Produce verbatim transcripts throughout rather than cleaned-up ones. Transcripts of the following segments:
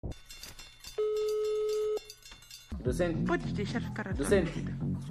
Docente. Podes deixar ficar a Docente.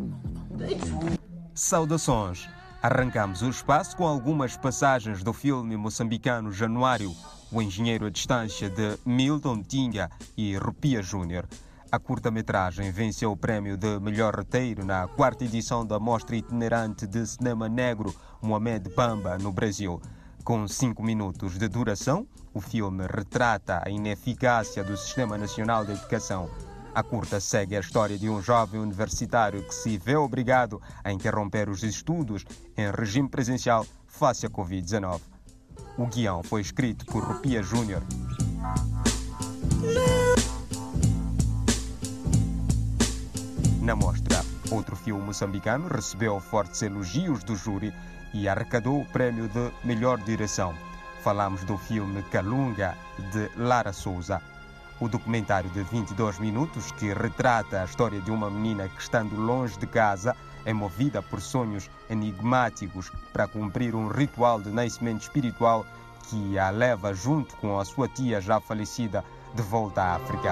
Saudações. Arrancamos o espaço com algumas passagens do filme moçambicano Januário, o engenheiro à distância de Milton Tinga e Rupia Júnior. A curta-metragem venceu o prémio de melhor roteiro na quarta edição da Mostra Itinerante de Cinema Negro Mohamed Bamba, no Brasil. Com cinco minutos de duração, o filme retrata a ineficácia do Sistema Nacional de Educação. A curta segue a história de um jovem universitário que se vê obrigado a interromper os estudos em regime presencial face à covid dezenove. O guião foi escrito por Rupia Júnior. Na mostra, outro filme moçambicano recebeu fortes elogios do júri e arrecadou o prémio de melhor direção. Falamos do filme Calunga, de Lara Souza. O documentário de vinte e dois minutos, que retrata a história de uma menina que, estando longe de casa, é movida por sonhos enigmáticos para cumprir um ritual de nascimento espiritual que a leva, junto com a sua tia já falecida, de volta à África.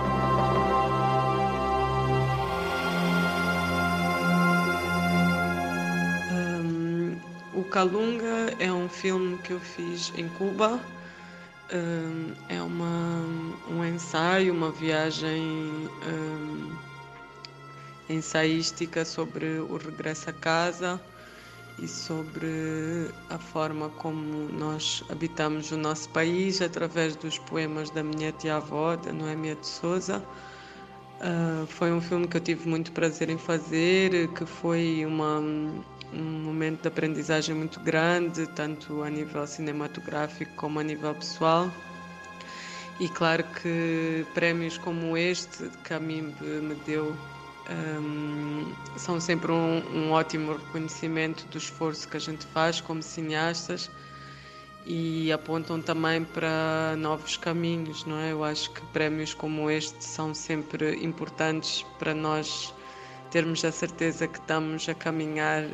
Um, o Calunga é um filme que eu fiz em Cuba. Um, é uma, um ensaio, uma viagem um, ensaística sobre o regresso a casa e sobre a forma como nós habitamos o nosso país através dos poemas da minha tia-avó, da Noémia de Souza. Uh, foi um filme que eu tive muito prazer em fazer, que foi uma, um momento de aprendizagem muito grande, tanto a nível cinematográfico como a nível pessoal. E claro que prémios como este, que a mim me deu, um, são sempre um, um ótimo reconhecimento do esforço que a gente faz como cineastas e apontam também para novos caminhos, não é? Eu acho que prémios como este são sempre importantes para nós termos a certeza que estamos a caminhar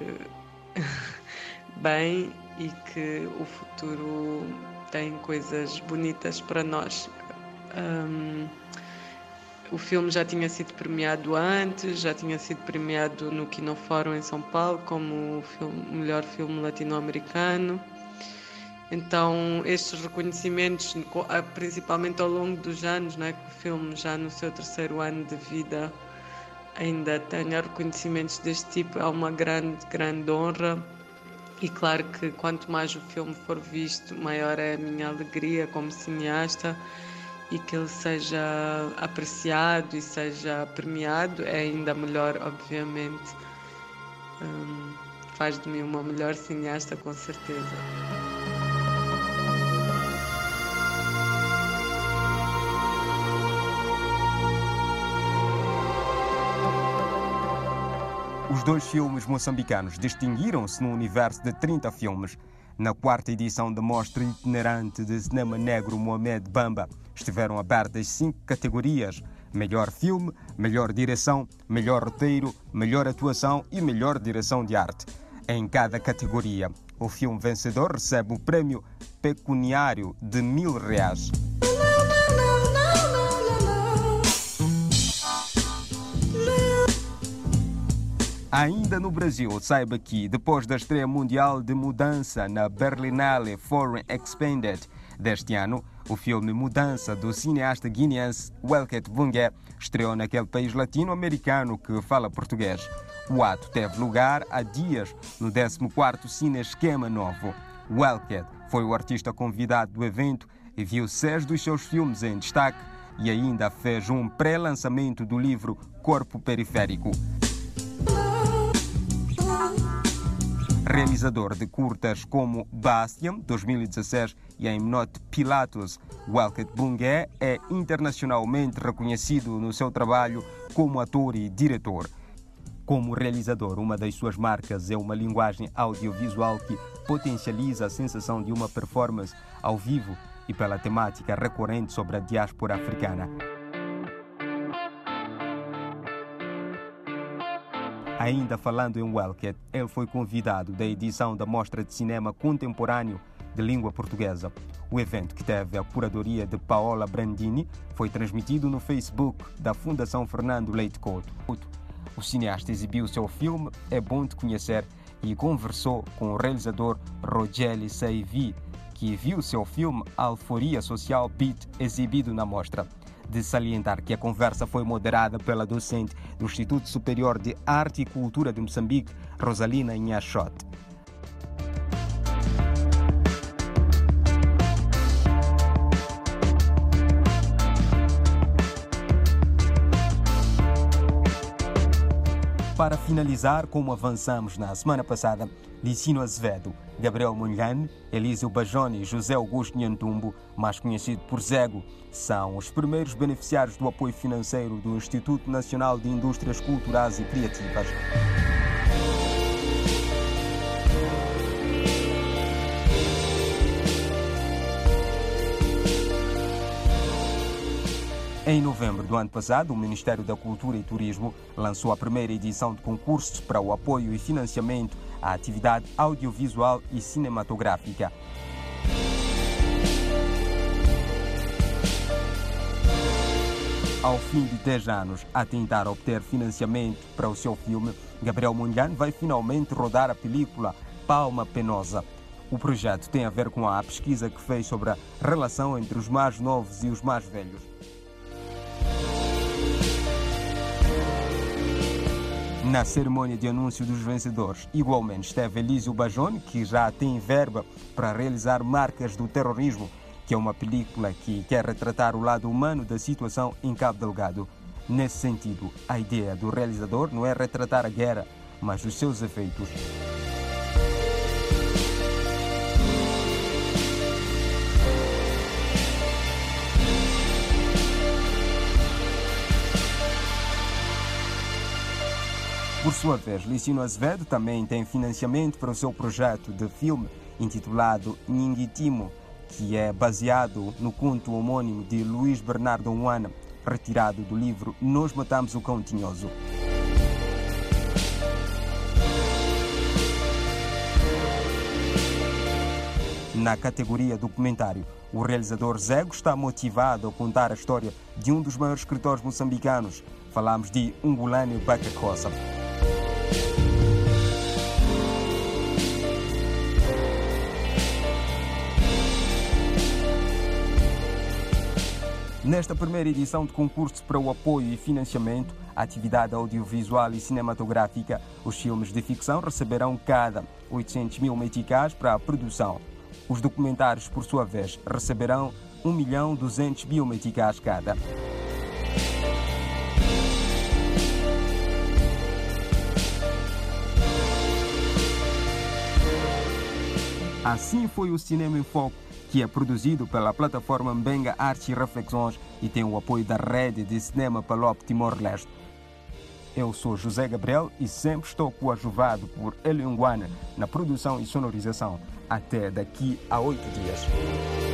bem e que o futuro tem coisas bonitas para nós. Um, o filme já tinha sido premiado antes, já tinha sido premiado no Kinofórum em São Paulo como o filme, melhor filme latino-americano. Então, estes reconhecimentos, principalmente ao longo dos anos, né, que o filme já no seu terceiro ano de vida ainda tenha reconhecimentos deste tipo, é uma grande, grande honra. E claro que quanto mais o filme for visto, maior é a minha alegria como cineasta, e que ele seja apreciado e seja premiado é ainda melhor, obviamente. Um, faz de mim uma melhor cineasta, com certeza. Os dois filmes moçambicanos distinguiram-se no universo de trinta filmes. Na quarta edição da Mostra Itinerante de Cinema Negro Mohamed Bamba, estiveram abertas cinco categorias: melhor filme, melhor direção, melhor roteiro, melhor atuação e melhor direção de arte. Em cada categoria, o filme vencedor recebe o prémio pecuniário de mil reais. Ainda no Brasil, saiba que, depois da estreia mundial de Mudança na Berlinale Foreign Expanded deste ano, o filme Mudança, do cineasta guineense Welket Bunge, estreou naquele país latino-americano que fala português. O ato teve lugar há dias no décimo quarto Cine Esquema Novo. Welket foi o artista convidado do evento e viu seis dos seus filmes em destaque e ainda fez um pré-lançamento do livro Corpo Periférico. Realizador de curtas como Bastian, dois mil e dezesseis, e I'm Not Pilatus, Welket Bunge é internacionalmente reconhecido no seu trabalho como ator e diretor. Como realizador, uma das suas marcas é uma linguagem audiovisual que potencializa a sensação de uma performance ao vivo e pela temática recorrente sobre a diáspora africana. Ainda falando em Welket, ele foi convidado da edição da Mostra de Cinema Contemporâneo de língua portuguesa. O evento, que teve a curadoria de Paola Brandini, foi transmitido no Facebook da Fundação Fernando Leite Couto. O cineasta exibiu seu filme É Bom Te Conhecer e conversou com o realizador Rogério Saivi, que viu seu filme Alforia Social Beat exibido na mostra. De salientar que a conversa foi moderada pela docente do Instituto Superior de Arte e Cultura de Moçambique, Rosalina Inhachote. Para finalizar, como avançamos na semana passada, Licínio Azevedo, Gabriel Monlhane, Elísio Bajoni e José Augusto Nhantumbo, mais conhecido por Zego, são os primeiros beneficiários do apoio financeiro do Instituto Nacional de Indústrias Culturais e Criativas. Em novembro do ano passado, o Ministério da Cultura e Turismo lançou a primeira edição de concursos para o apoio e financiamento à atividade audiovisual e cinematográfica. Ao fim de dez anos a tentar obter financiamento para o seu filme, Gabriel Monlhane vai finalmente rodar a película Palma Penosa. O projeto tem a ver com a pesquisa que fez sobre a relação entre os mais novos e os mais velhos. Na cerimônia de anúncio dos vencedores, igualmente esteve Elísio Bajoni, que já tem verba para realizar Marcas do Terrorismo, que é uma película que quer retratar o lado humano da situação em Cabo Delgado. Nesse sentido, a ideia do realizador não é retratar a guerra, mas os seus efeitos. Por sua vez, Licínio Azevedo também tem financiamento para o seu projeto de filme intitulado Ninguitimo, que é baseado no conto homônimo de Luís Bernardo Uana, retirado do livro Nós Matamos o Cão Tinhoso. Na categoria documentário, o realizador Zego está motivado a contar a história de um dos maiores escritores moçambicanos. Falamos de Ungulane Bacacosa. Nesta primeira edição de concurso para o apoio e financiamento à atividade audiovisual e cinematográfica, os filmes de ficção receberão cada oitocentos mil meticais para a produção. Os documentários, por sua vez, receberão um milhão duzentos mil meticais cada. Assim foi o Cinema em Foco, que é produzido pela plataforma Mbenga Artes e Reflexões e tem o apoio da Rede de Cinema Palop Timor-Leste. Eu sou José Gabriel e sempre estou coadjuvado por Eliunguana na produção e sonorização. Até daqui a oito dias.